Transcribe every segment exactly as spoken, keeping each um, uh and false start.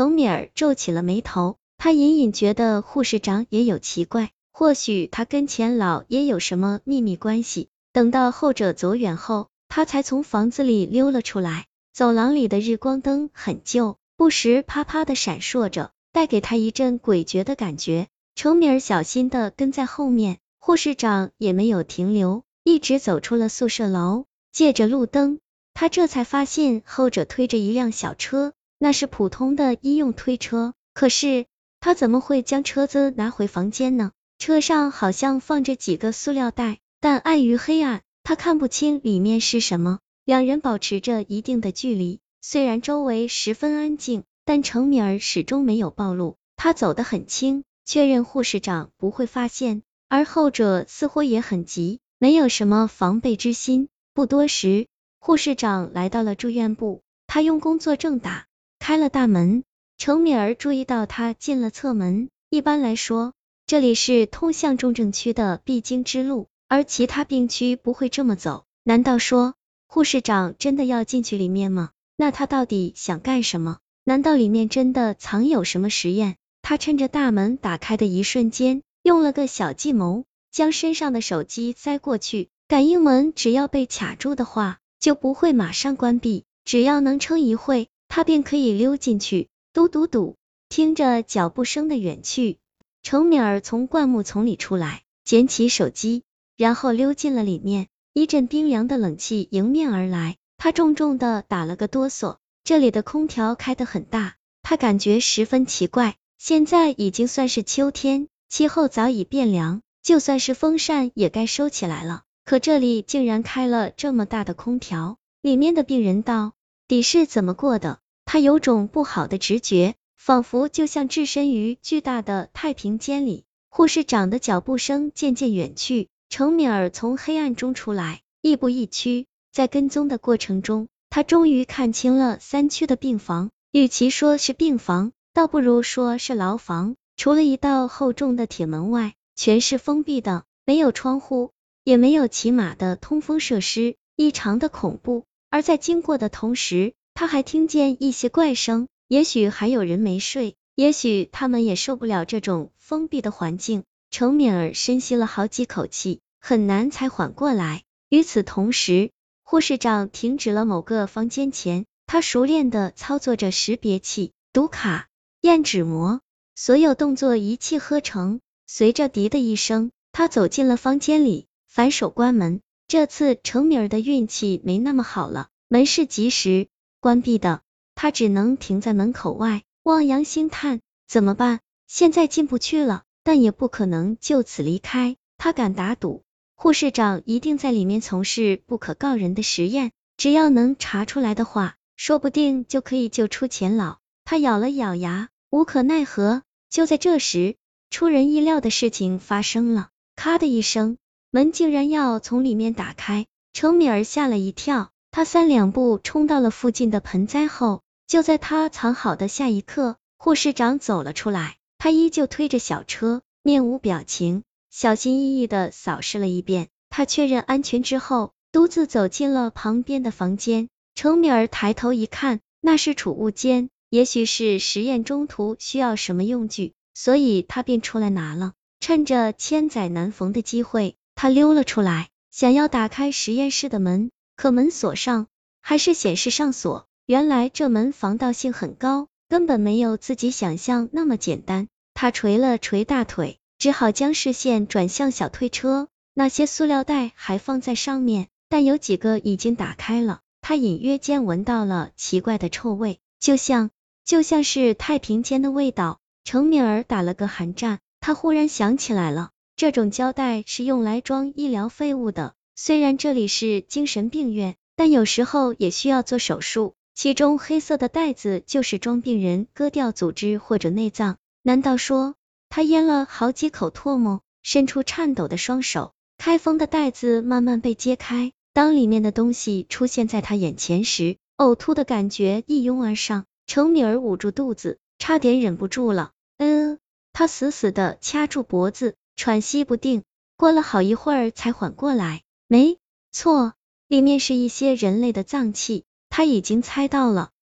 程米尔皱起了眉头，他隐隐觉得护士长也有奇怪，或许他跟钱老也有什么秘密关系。等到后者走远后，他才从房子里溜了出来。走廊里的日光灯很旧，不时啪啪的闪烁着，带给他一阵诡谲的感觉。程米尔小心的跟在后面，护士长也没有停留，一直走出了宿舍楼。借着路灯，他这才发现后者推着一辆小车，那是普通的医用推车。可是他怎么会将车子拿回房间呢？车上好像放着几个塑料袋，但碍于黑暗，他看不清里面是什么。两人保持着一定的距离，虽然周围十分安静，但程米尔始终没有暴露。他走得很轻，确认护士长不会发现，而后者似乎也很急，没有什么防备之心。不多时，护士长来到了住院部，他用工作证打开了大门。程米尔注意到他进了侧门。一般来说，这里是通向重症区的必经之路，而其他病区不会这么走。难道说护士长真的要进去里面吗？那他到底想干什么？难道里面真的藏有什么实验？他趁着大门打开的一瞬间，用了个小计谋，将身上的手机塞过去，感应门只要被卡住的话，就不会马上关闭，只要能撑一会，他便可以溜进去。嘟嘟嘟，听着脚步声的远去，程米尔从灌木丛里出来，捡起手机，然后溜进了里面。一阵冰凉的冷气迎面而来，他重重的打了个哆嗦。这里的空调开得很大，他感觉十分奇怪。现在已经算是秋天，气候早已变凉，就算是风扇也该收起来了，可这里竟然开了这么大的空调，里面的病人到底是怎么过的？他有种不好的直觉，仿佛就像置身于巨大的太平间里。护士长的脚步声渐渐远去，程米尔从黑暗中出来，亦步亦趋。在跟踪的过程中，他终于看清了三区的病房，与其说是病房，倒不如说是牢房。除了一道厚重的铁门外，全是封闭的，没有窗户，也没有起码的通风设施，异常的恐怖。而在经过的同时，他还听见一些怪声，也许还有人没睡，也许他们也受不了这种封闭的环境。程米尔深吸了好几口气，很难才缓过来。与此同时，护士长停止了某个房间前，他熟练的操作着识别器、读卡、验指模，所有动作一气呵成。随着滴的一声，他走进了房间里，反手关门。这次程米尔的运气没那么好了，门是及时关闭的，他只能停在门口外，望洋兴叹，怎么办？现在进不去了，但也不可能就此离开。他敢打赌，护士长一定在里面从事不可告人的实验，只要能查出来的话，说不定就可以救出钱老。他咬了咬牙，无可奈何。就在这时，出人意料的事情发生了，咔的一声，门竟然要从里面打开。程米尔吓了一跳，他三两步冲到了附近的盆栽后，就在他藏好的下一刻，护士长走了出来。他依旧推着小车，面无表情，小心翼翼的扫视了一遍。他确认安全之后，独自走进了旁边的房间。程米尔抬头一看，那是储物间，也许是实验中途需要什么用具，所以他便出来拿了。趁着千载难逢的机会，他溜了出来，想要打开实验室的门，可门锁上，还是显示上锁。原来这门防盗性很高，根本没有自己想象那么简单。他捶了捶大腿，只好将视线转向小推车，那些塑料袋还放在上面，但有几个已经打开了。他隐约间闻到了奇怪的臭味，就像就像是太平间的味道。程米尔打了个寒战，他忽然想起来了，这种胶带是用来装医疗废物的，虽然这里是精神病院，但有时候也需要做手术，其中黑色的袋子就是装病人割掉组织或者内脏。难道说他咽了好几口唾沫，伸出颤抖的双手，开封的袋子慢慢被揭开，当里面的东西出现在他眼前时，呕吐的感觉一拥而上。程米尔捂住肚子，差点忍不住了。嗯，他死死的掐住脖子，喘息不定，过了好一会儿才缓过来。没错，里面是一些人类的脏器，他已经猜到了，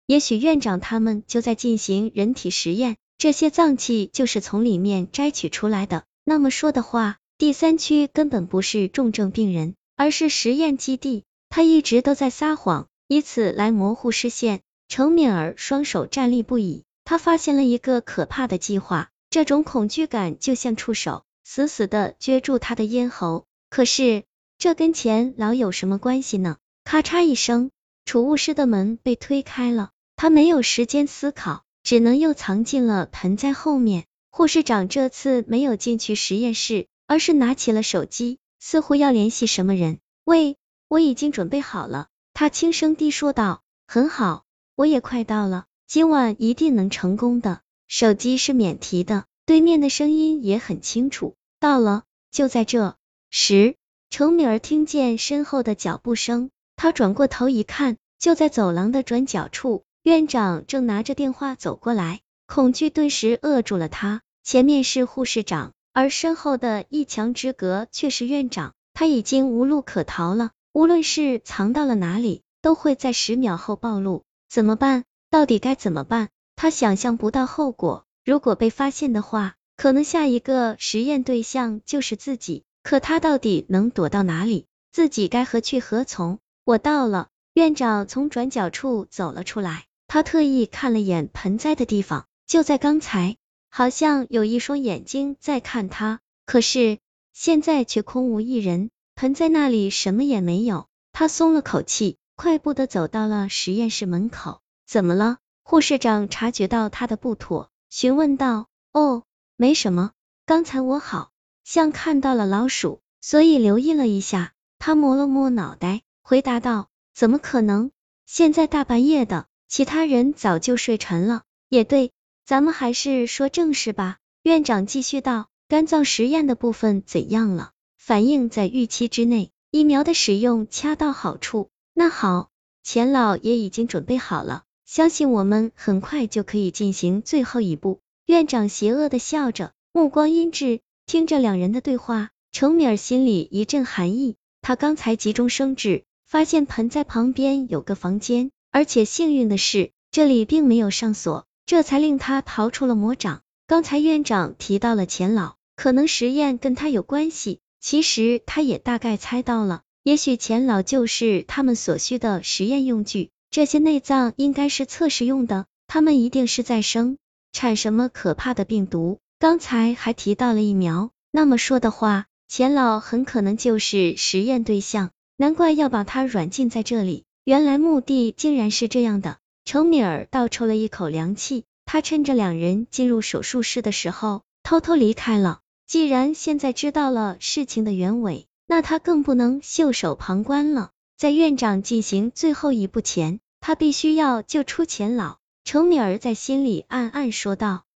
也许院长他们就在进行人体实验，这些脏器就是从里面摘取出来的。那么说的话，第三区根本不是重症病人，而是实验基地。他一直都在撒谎，以此来模糊视线。程敏儿双手站立不已，他发现了一个可怕的计划，这种恐惧感就像触手，死死的撅住他的咽喉。可是，这跟钱老有什么关系呢？咔嚓一声，储物室的门被推开了，他没有时间思考，只能又藏进了盆栽后面。护士长这次没有进去实验室，而是拿起了手机，似乎要联系什么人。喂，我已经准备好了，他轻声低说道。很好，我也快到了，今晚一定能成功的。手机是免提的，对面的声音也很清楚。到了，就在这时，程敏儿听见身后的脚步声，她转过头一看，就在走廊的转角处，院长正拿着电话走过来，恐惧顿时扼住了他。前面是护士长，而身后的一墙之隔却是院长，他已经无路可逃了，无论是藏到了哪里，都会在十秒后暴露。怎么办？到底该怎么办？他想象不到后果，如果被发现的话，可能下一个实验对象就是自己，可他到底能躲到哪里？自己该何去何从？我到了，院长从转角处走了出来，他特意看了眼盆栽的地方，就在刚才，好像有一双眼睛在看他，可是现在却空无一人，盆栽那里什么也没有。他松了口气，快步的走到了实验室门口。怎么了？护士长察觉到他的不妥，询问道。哦，没什么，刚才我好像看到了老鼠，所以留意了一下。他摸了摸脑袋，回答道。怎么可能？现在大半夜的，其他人早就睡沉了。也对，咱们还是说正事吧。院长继续道。肝脏实验的部分怎样了？反应在预期之内，疫苗的使用恰到好处。那好，钱老也已经准备好了，相信我们很快就可以进行最后一步。院长邪恶的笑着，目光阴鸷，听着两人的对话，程敏儿心里一阵寒意。他刚才急中生智，发现盆栽旁边有个房间，而且幸运的是，这里并没有上锁，这才令他逃出了魔掌。刚才院长提到了钱老，可能实验跟他有关系，其实他也大概猜到了，也许钱老就是他们所需的实验用具，这些内脏应该是测试用的，他们一定是在生产什么可怕的病毒，刚才还提到了疫苗，那么说的话，钱老很可能就是实验对象，难怪要把他软禁在这里，原来目的竟然是这样的。程敏儿倒抽了一口凉气，他趁着两人进入手术室的时候，偷偷离开了。既然现在知道了事情的原委，那他更不能袖手旁观了。在院长进行最后一步前，他必须要救出钱老。程敏儿在心里暗暗说道。